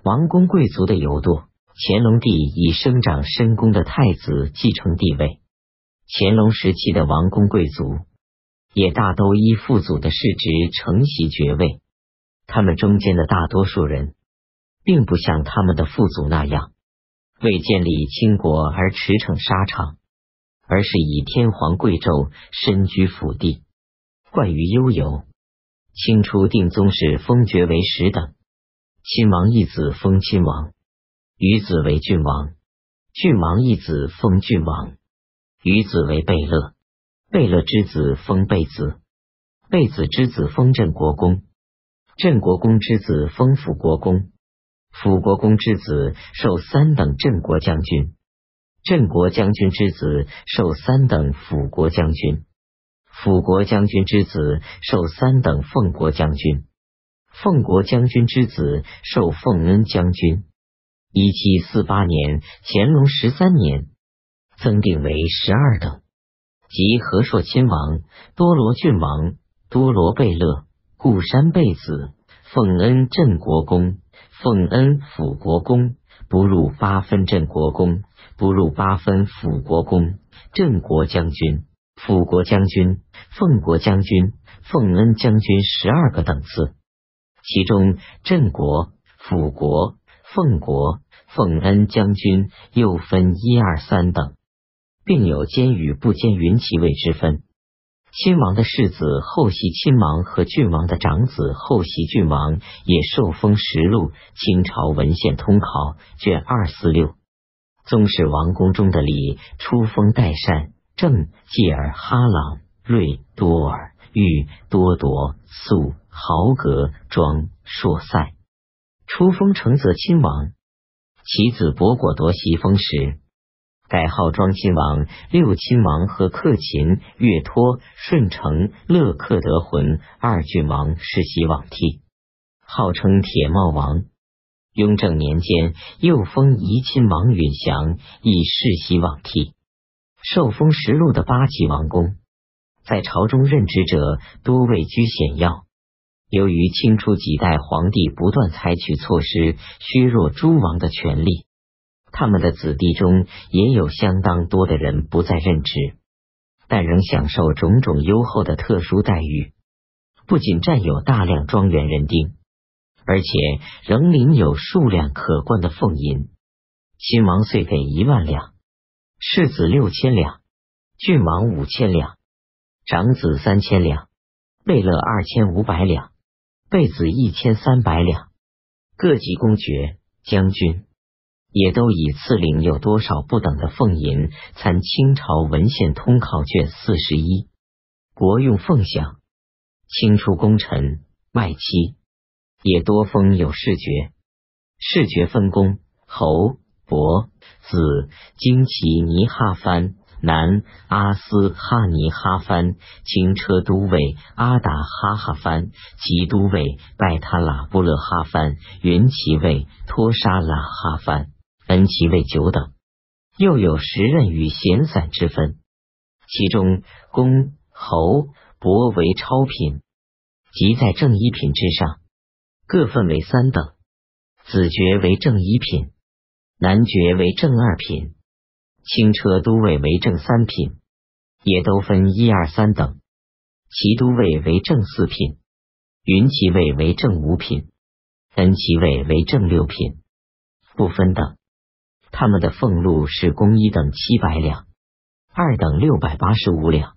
王公贵族的游惰，乾隆帝以生长深宫的太子继承帝位。乾隆时期的王公贵族也大都依父祖的世职承袭爵位，他们中间的大多数人并不像他们的父祖那样为建立倾国而驰骋沙场，而是以天皇贵胄身居府邸，惯于悠游。清初定宗室封爵为10等，亲王一子封亲王，余子为郡王，郡王一子封郡王，余子为贝勒，贝勒之子封贝子，贝子之子封镇国公，镇国公之子封辅国公，辅国公之子授3等镇国将军，镇国将军之子授3等辅国将军，辅国将军之子授3等奉国将军，奉国将军之子授奉恩将军。1748年，乾隆13年，增定为12等，即和硕亲王、多罗郡王、多罗贝勒、固山贝子、奉恩镇国公、奉恩辅国公，不入8分镇国公，不入8分辅国公，镇国将军、辅国将军、奉国将军、奉恩将军12个等次，其中镇国、辅国、奉国、奉恩将军又分1、2、3等，并有监与不监云骑尉之分。亲王的世子后袭亲王和郡王的长子后袭郡王也受封实录，清朝文献通考卷246。宗室王宫中的礼出封代善、正、介尔、哈朗、瑞、多尔、玉、多铎、肃、豪格、庄、硕塞。出封承泽亲王，其子伯果铎袭封时，改号庄亲王、六亲王和克勤、岳托、顺承、勒克德浑2郡王世袭罔替，号称铁帽王。雍正年间又封怡亲王允祥，亦世袭罔替。受封实录的8级王公，在朝中任职者多位居显要。由于清初几代皇帝不断采取措施削弱诸王的权力，他们的子弟中也有相当多的人不再任职，但仍享受种种优厚的特殊待遇，不仅占有大量庄园人丁，而且仍领有数量可观的俸银。亲王遂给1万两，世子6000两，郡王5000两，长子3000两，贝勒2500两，贝子1300两。各级公爵、将军也都以次领有多少不等的俸银，参清朝文献通考卷41。国用俸饷，清初功臣、外戚也多封有士爵，士爵分公、侯、伯、子、旌旗尼哈藩、南阿斯哈尼哈藩、轻车都尉阿达哈哈藩、骑都尉拜他喇布勒哈藩、云骑尉托沙喇哈藩、恩骑尉9等，又有时任与闲散之分。其中公、侯、伯为超品，即在正一品之上，各分为3等。子爵为正1品，男爵为正2品，轻车都尉为正3品，也都分1、2、3等。骑都尉为正4品，云骑尉为正5品，恩骑尉为正6品，不分等。他们的俸禄是公1等700两，2等685两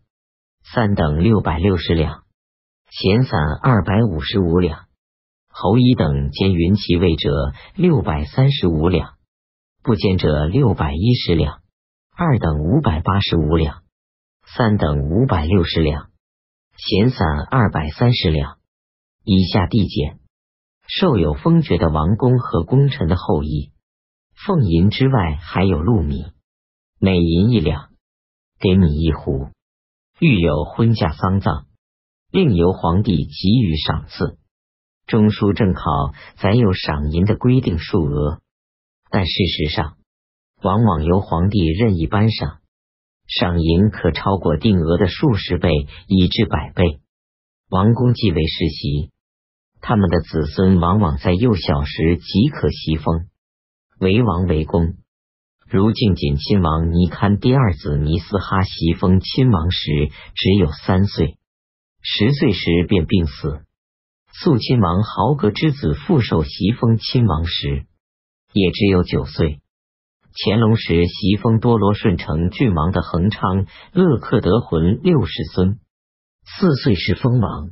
，3等660两，闲散255两，侯1等兼云骑尉者635两，不兼者610两，2等585两，3等560两，闲散230两。以下递减。受有封爵的王公和功臣的后裔，俸银之外还有禄米，每银1两，给米1斛。遇有婚嫁丧葬，另由皇帝给予赏赐。中书正考载有赏银的规定数额，但事实上往往由皇帝任意颁赏，赏银可超过定额的数十倍以至100倍。王公继位世袭， 他们的子孙往往在幼小时即可袭封，为王为公。如晋景亲王尼堪第二子尼斯哈袭封亲王时只有3岁，10岁时便病死。肃亲王豪格之子傅寿袭封亲王时也只有9岁。乾隆时袭封多罗顺承郡王的恒昌勒克德浑60孙，4岁时封王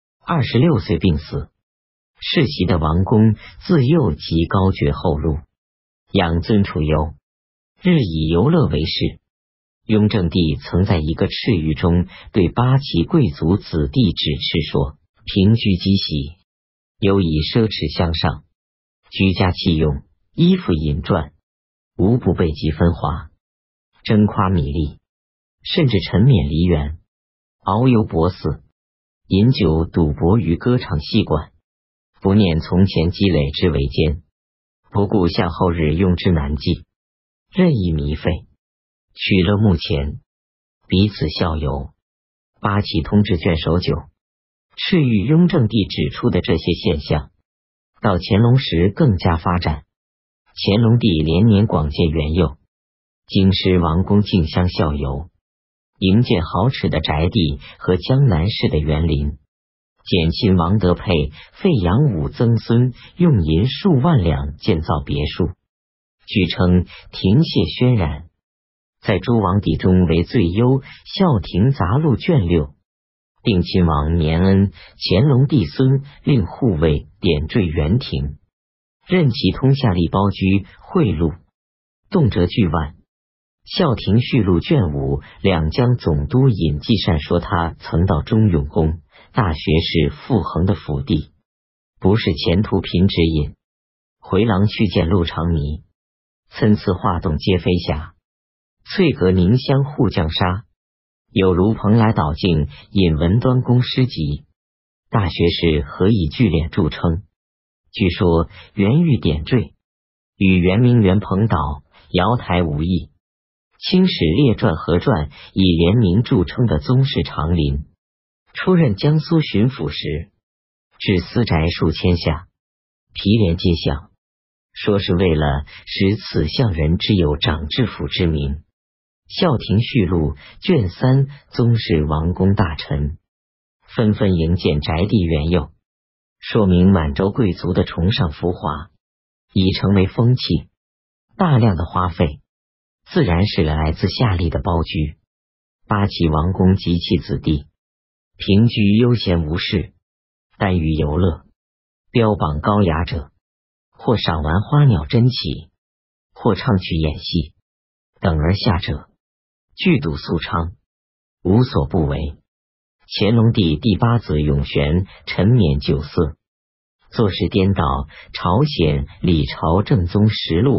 ，26岁病死。世袭的王公自幼即高爵厚禄，养尊处优，日以游乐为事。雍正帝曾在一个敕谕中对八旗贵族子弟指斥说：平居积习，尤以奢侈相上，居家器用，衣服饮馔，无不备极分华，争夸米粒，甚至沉湎梨园，遨游博肆，饮酒赌博于歌场戏馆，不念从前积累之为艰，不顾向后日用之难计，任意糜费，取乐目前，彼此效尤。八旗通志卷首9敕谕雍正帝指出的这些现象，到乾隆时更加发展。乾隆帝连年广建园囿，京师王公竞相效尤，营建豪侈的宅地和江南式的园林。简亲王德佩费养5曾孙，用银数万两建造别墅，据称庭榭轩然。在诸王邸中为最优，《孝廷杂录》卷6。定亲王年恩乾隆帝孙令护卫点缀园庭，任其通下吏包居贿赂，动辄巨万。《孝廷序录》卷5，两江总督尹继善说他曾到忠永宫大学士傅恒的府邸，不是前途贫指引，回廊去见陆长弥，参差画栋皆飞霞，翠阁凝香护将杀，有如蓬莱岛径引文端公诗集。大学士何以聚敛著称？据说原欲点缀，与圆明园蓬岛、瑶台无异。清史列传和传以联名著称的宗室长林，出任江苏巡抚时，置私宅数千下，毗连街巷，说是为了使此巷人之有长治府之名。孝廷序录卷3，宗室王公大臣纷纷营建宅地园囿，说明满洲贵族的崇尚浮华已成为风气。大量的花费自然是来自下吏的包居。八旗王公及其子弟平居悠闲无事，耽于游乐，标榜高雅者，或赏玩花鸟珍奇，或唱曲演戏，等而下者俱赌素娼，无所不为。乾隆帝第8子永璇沉湎酒色，做事颠倒朝鲜李朝正宗实录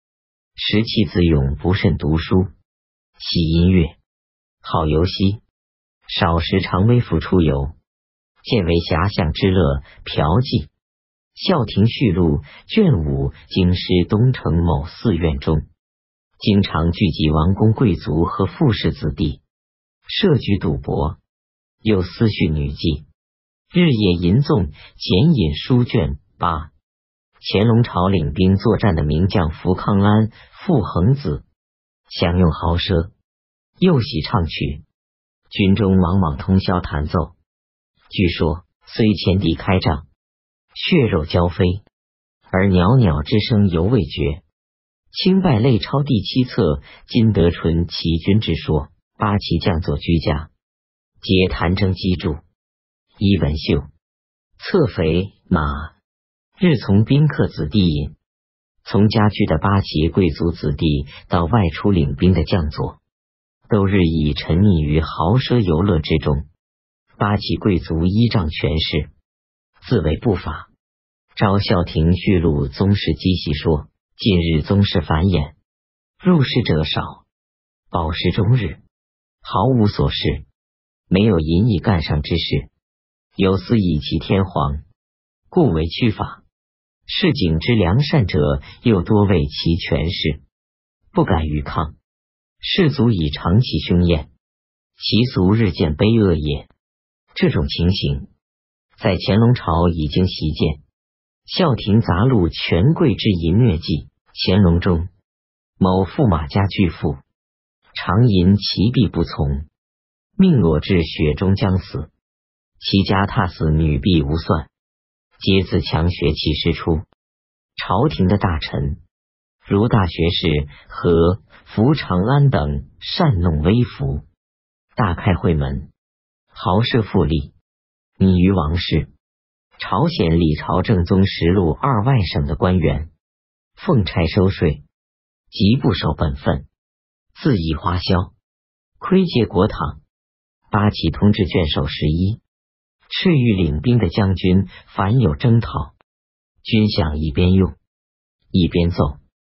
2。17子永不慎读书，喜音乐，好游戏，少时常微服出游，见为遐想之乐，嫖妓。孝廷序录卷5，京师东城某寺院中，经常聚集王公贵族和富士子弟，设局赌博，又私蓄女妓，日夜吟诵简引书卷8。乾隆朝领兵作战的名将福康安、傅恒子，享用豪奢，又喜唱曲，军中往往通宵弹奏。据说虽前敌开仗，血肉交飞，而袅袅之声犹未绝。清拜类钞第7册金德纯起军之说，八旗将佐居家，皆弹筝击筑，衣文绣，侧肥马，日从宾客子弟饮。从家居的八旗贵族子弟到外出领兵的将佐，都日益沉溺于豪奢游乐之中。八旗贵族依仗权势，自为不法。昭孝廷序录宗室积习说，近日宗室繁衍，入室者少，饱食终日，毫无所事，没有淫逸干上之事，有司以其天皇，故为屈法。市井之良善者，又多为其权势，不敢逾抗，士卒以长其凶焰，其俗日渐卑恶也。这种情形在乾隆朝已经习见，孝廷杂录权贵之淫虐记。乾隆中，某驸马家巨富，常淫其婢不从，命裸至雪中将死。其家踏死女婢无算，皆自强学其师出。朝廷的大臣，如大学士和福长安等，擅弄微服，大开会门，豪奢富丽，拟于王室。朝鲜李朝正宗实录2外省的官员，奉差收税，极不守本分，恣意花销，窥借国帑。八旗通志卷首11。赤玉领兵的将军凡有征讨，军饷一边用一边奏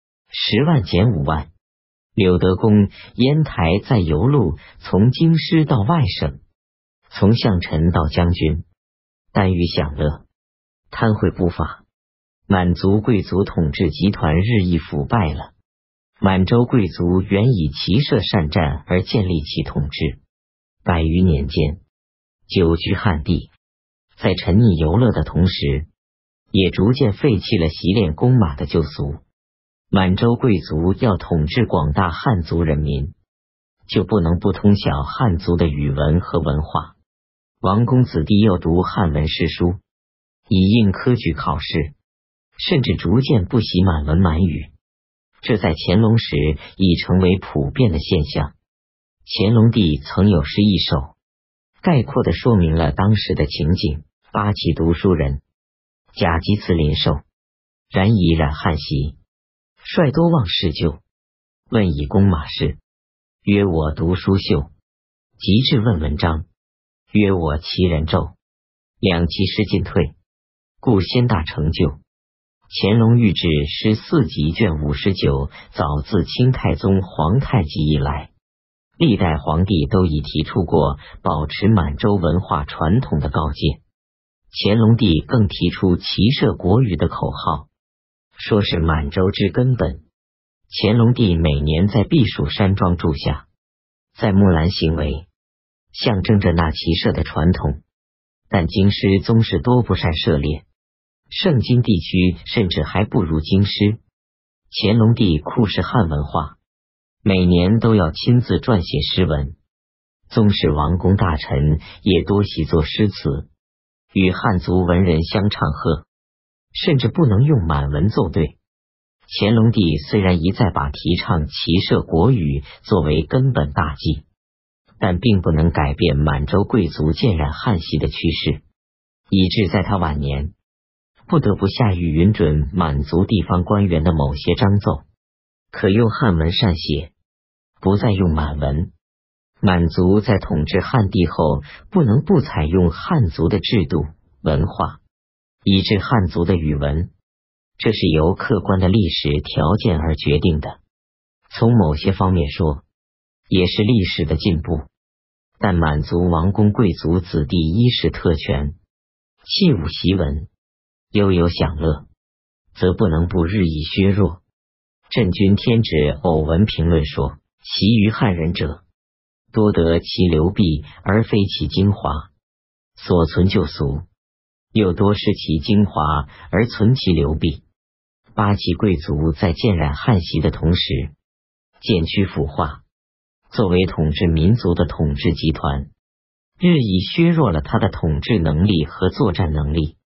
，10万减5万。柳德公烟台在邮路，从京师到外省，从相臣到将军，耽于享乐，贪贿不法。满族贵族统治集团日益腐败了。满洲贵族原以骑射善战而建立其统治，100余年间久居汉地，在沉溺游乐的同时，也逐渐废弃了习练弓马的旧俗。满洲贵族要统治广大汉族人民，就不能不通晓汉族的语文和文化。王公子弟要读汉文诗书，以应科举考试，甚至逐渐不习满文满语。这在乾隆时已成为普遍的现象。乾隆帝曾有诗一首，概括地说明了当时的情景：八旗读书人，甲及辞临寿，然以染汉习，率多望事旧。问以弓马事，曰我读书秀。及至问文章，曰我其人骤。两其诗进退，故先大成就。乾隆御制诗4集卷59，早自清太宗皇太极以来，历代皇帝都已提出过保持满洲文化传统的告诫。乾隆帝更提出骑射国语的口号，说是满洲之根本。乾隆帝每年在避暑山庄住下，在木兰行为，象征着那骑射的传统。但京师宗室多不善射猎，盛京地区甚至还不如京师。乾隆帝酷视汉文化，每年都要亲自撰写诗文。宗室王公大臣也多习作诗词，与汉族文人相唱和，甚至不能用满文奏对。乾隆帝虽然一再把提倡骑射国语作为根本大计，但并不能改变满洲贵族渐染汉习的趋势，以致在他晚年不得不下谕允准满族地方官员的某些章奏可用汉文善写，不再用满文。满族在统治汉地后，不能不采用汉族的制度文化，以致汉族的语文，这是由客观的历史条件而决定的。从某些方面说，也是历史的进步。但满族王公贵族子弟衣食特权，器物习文，悠悠享乐，则不能不日益削弱。镇军天子偶闻评论说，其余汉人者，多得其流弊而非其精华，所存旧俗，又多失其精华而存其流弊。八旗贵族在渐染汉习的同时，渐趋腐化，作为统治民族的统治集团，日益削弱了他的统治能力和作战能力。